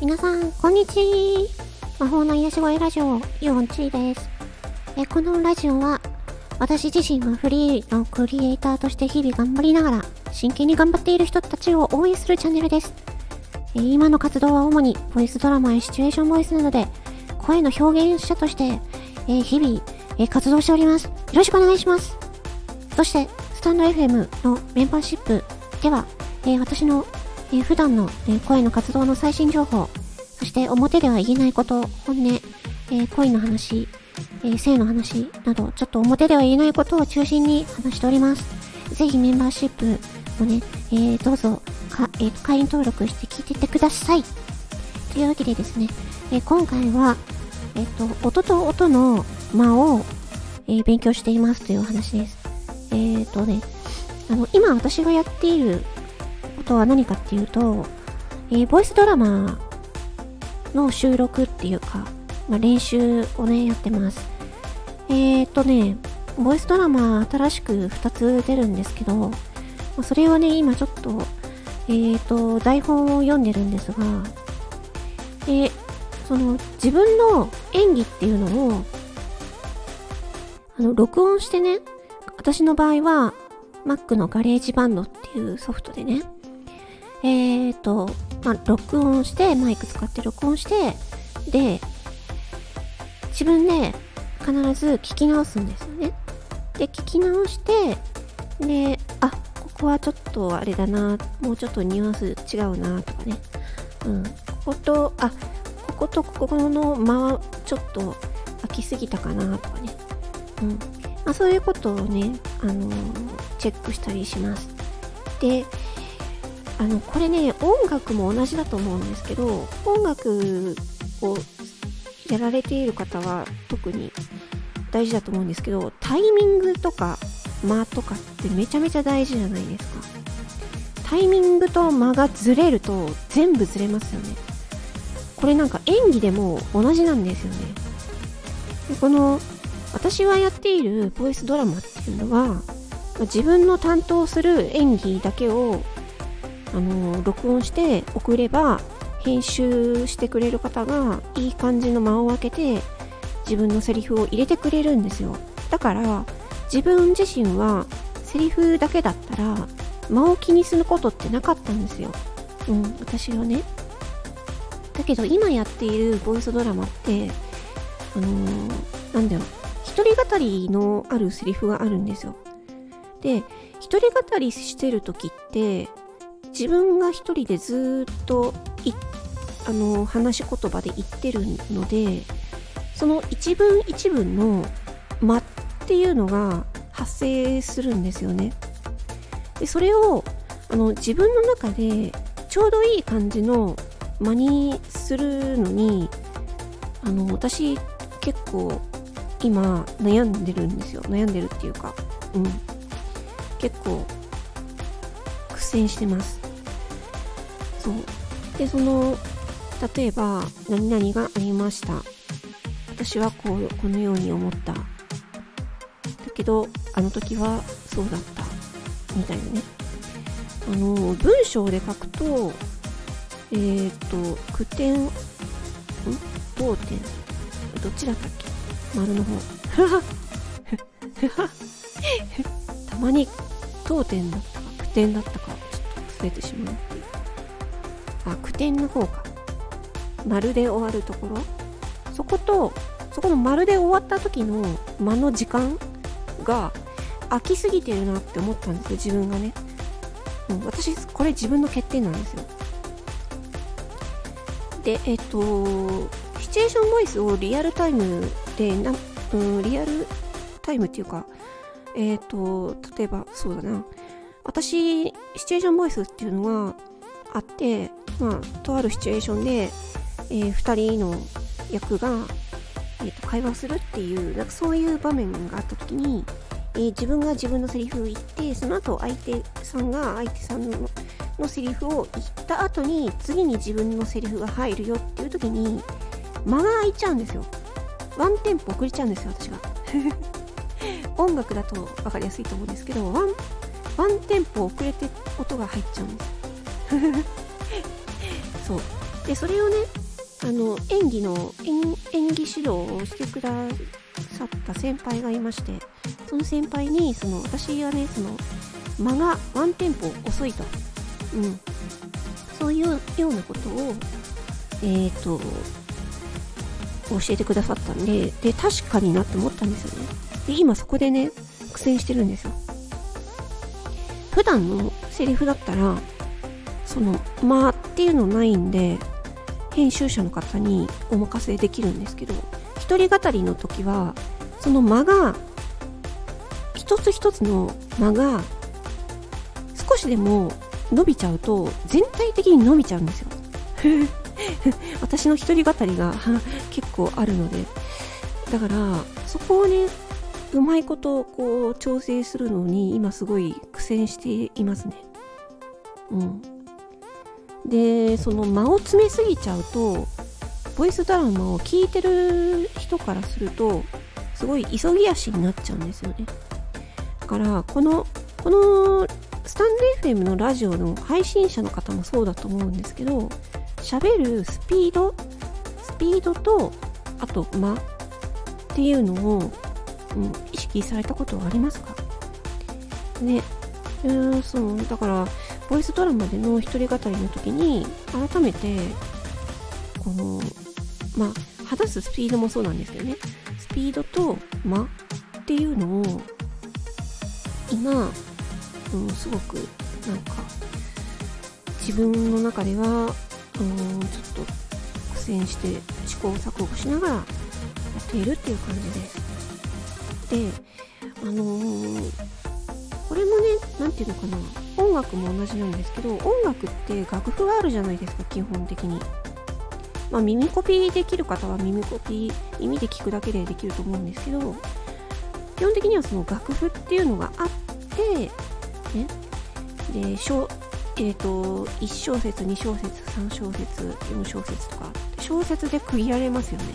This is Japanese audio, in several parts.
皆さん、こんにちは。魔法の癒し声ラジオ、ヨンチーです。このラジオは、私自身がフリーのクリエイターとして日々頑張りながら、真剣に頑張っている人たちを応援するチャンネルです。今の活動は主に、ボイスドラマやシチュエーションボイスなどで、声の表現者として、日々、活動しております。よろしくお願いします。そして、スタンド FM のメンバーシップでは、私の普段の声の活動の最新情報、そして表では言えないこと、本音、恋の話、性の話など、ちょっと表では言えないことを中心に話しております。ぜひメンバーシップをね、どうぞ会員登録して聞いていってください。というわけでですね、今回は、音と音の間を、勉強していますというお話です。今私がやっていることは何かっていうと、ボイスドラマの収録っていうか、練習をね、やってます。ボイスドラマ新しく2つ出るんですけど、それをね、今ちょっと、台本を読んでるんですが、その自分の演技っていうのを、録音してね、私の場合は、Mac のガレージバンドっていうソフトでね、録音して、マイク使って録音して、で、自分で必ず聞き直すんですよね。で、聞き直して、で、ここはちょっとあれだな、もうちょっとニュアンス違うな、とかね。こことここの間はちょっと空きすぎたかな、とかね。そういうことをね、チェックしたりします。で、これね、音楽も同じだと思うんですけど、音楽をやられている方は特に大事だと思うんですけど、タイミングとか間とかってめちゃめちゃ大事じゃないですか。タイミングと間がずれると全部ずれますよね。これなんか演技でも同じなんですよね。で、この私がやっているボイスドラマっていうのは、自分の担当する演技だけを録音して送れば、編集してくれる方がいい感じの間を空けて自分のセリフを入れてくれるんですよ。だから自分自身はセリフだけだったら間を気にすることってなかったんですよ。私はね。だけど今やっているボイスドラマって一人語りのあるセリフがあるんですよ。で、一人語りしてる時って自分が一人でずっと話し言葉で言ってるので、その一文一文の間っていうのが発生するんですよね。で、それを自分の中でちょうどいい感じの間にするのに、私結構今悩んでるんですよ。悩んでるっていうか、結構苦戦してます。そうで、例えば何々がありました、私はこのように思った、だけどあの時はそうだったみたいなね。文章で書くと句点当点どっちだったっけ、丸の方たまに当点だったか句点だったかちょっと忘れてしまうっていう。句点の方か、丸で終わるところ、そこの丸で終わった時の間の時間が空きすぎてるなって思ったんですよ、自分がね。私これ自分の欠点なんですよ。で、シチュエーションボイスをリアルタイムでリアルタイムっていうか、例えばそうだな、私シチュエーションボイスっていうのがあって、とあるシチュエーションで、2人の役が、会話するっていう、そういう場面があった時に、自分が自分のセリフを言って、その後相手さんが相手さんのセリフを言った後に次に自分のセリフが入るよっていう時に間が空いちゃうんですよ。ワンテンポ遅れちゃうんですよ、私が音楽だと分かりやすいと思うんですけど、ワンテンポ遅れて音が入っちゃうんですそうでそれをね、演技指導をしてくださった先輩がいまして、その先輩に私はね、間がワンテンポ遅いと、そういうようなことを教えてくださったんで、確かになって思ったんですよね。で今そこでね苦戦してるんですよ。普段のセリフだったら間っていうのないんで編集者の方にお任せできるんですけど、一人語りの時はその間が一つ一つの間が少しでも伸びちゃうと全体的に伸びちゃうんですよ私の一人語りが結構あるので、だからそこをねうまいことこう調整するのに今すごい苦戦していますね。でその間を詰めすぎちゃうとボイスドラマを聞いてる人からするとすごい急ぎ足になっちゃうんですよね。だからこのスタンド FM のラジオの配信者の方もそうだと思うんですけど、喋るスピードとあと間っていうのを、意識されたことはありますかね。そうだからボイスドラマでの一人語りの時に改めて話すスピードもそうなんですけどね、スピードと間っていうのを今、すごくなんか自分の中ではちょっと苦戦して試行錯誤しながらやっているっていう感じです。でこれもね、なんていうのかな、音楽も同じなんですけど、音楽って楽譜があるじゃないですか、基本的に。耳コピーできる方は耳コピー、耳で聞くだけでできると思うんですけど、基本的にはその楽譜っていうのがあって、ね、で1小節、2小節、3小節、4小節とか、小節で区切られますよね。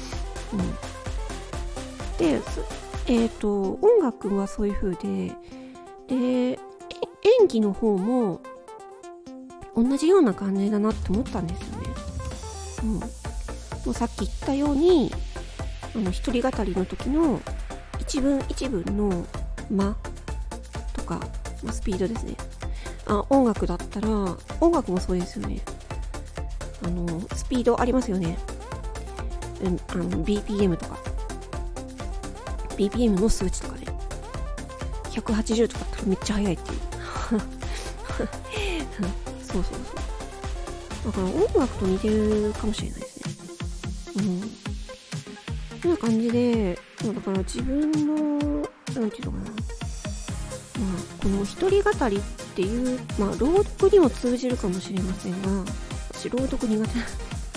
で、音楽はそういう風で、演技の方も同じような感じだなって思ったんですよね。もうさっき言ったように一人語りの時の一文一文の間とか、スピードですね。音楽だったら音楽もそうですよね。スピードありますよね。BPM とか BPM の数値とかね、180とかってめっちゃ速いっていうそうだから音楽と似てるかもしれないですね。こんな感じで、だから自分のなんていうのかな、この一人語りっていう、朗読にも通じるかもしれませんが、私朗読苦手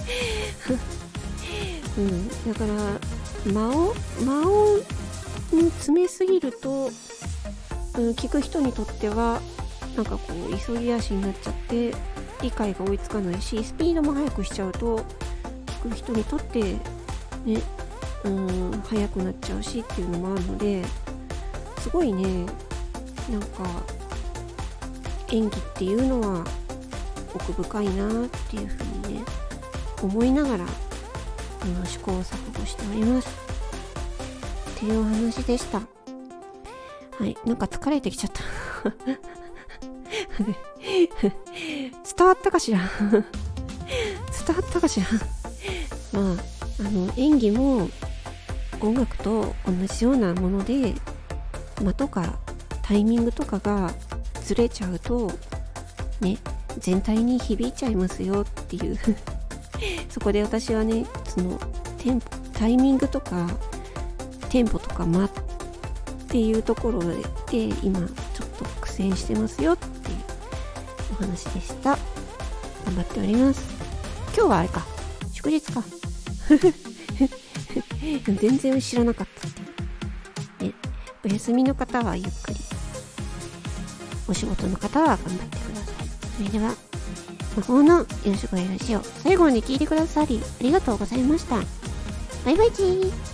だから間を詰めすぎると、聞く人にとってはなんかこう急ぎ足になっちゃって理解が追いつかないし、スピードも速くしちゃうと聞く人にとってね、速くなっちゃうしっていうのもあるので、すごいね、なんか演技っていうのは奥深いなっていうふうにね思いながら試行錯誤しておりますっていうお話でした。はい、なんか疲れてきちゃった伝わったかしら演技も音楽と同じようなもので、間とかタイミングとかがずれちゃうとね、全体に響いちゃいますよっていうそこで私はね、そのタイミングとかテンポとか間っていうところで今ちょっと苦戦してますよっていうお話でした。頑張っております。今日はあれか、祝日か全然知らなかったっていう、お休みの方はゆっくり、お仕事の方は頑張ってください。それでは魔法のよろしくお願いしよう。最後まで聞いてくださりありがとうございました。バイバイチー。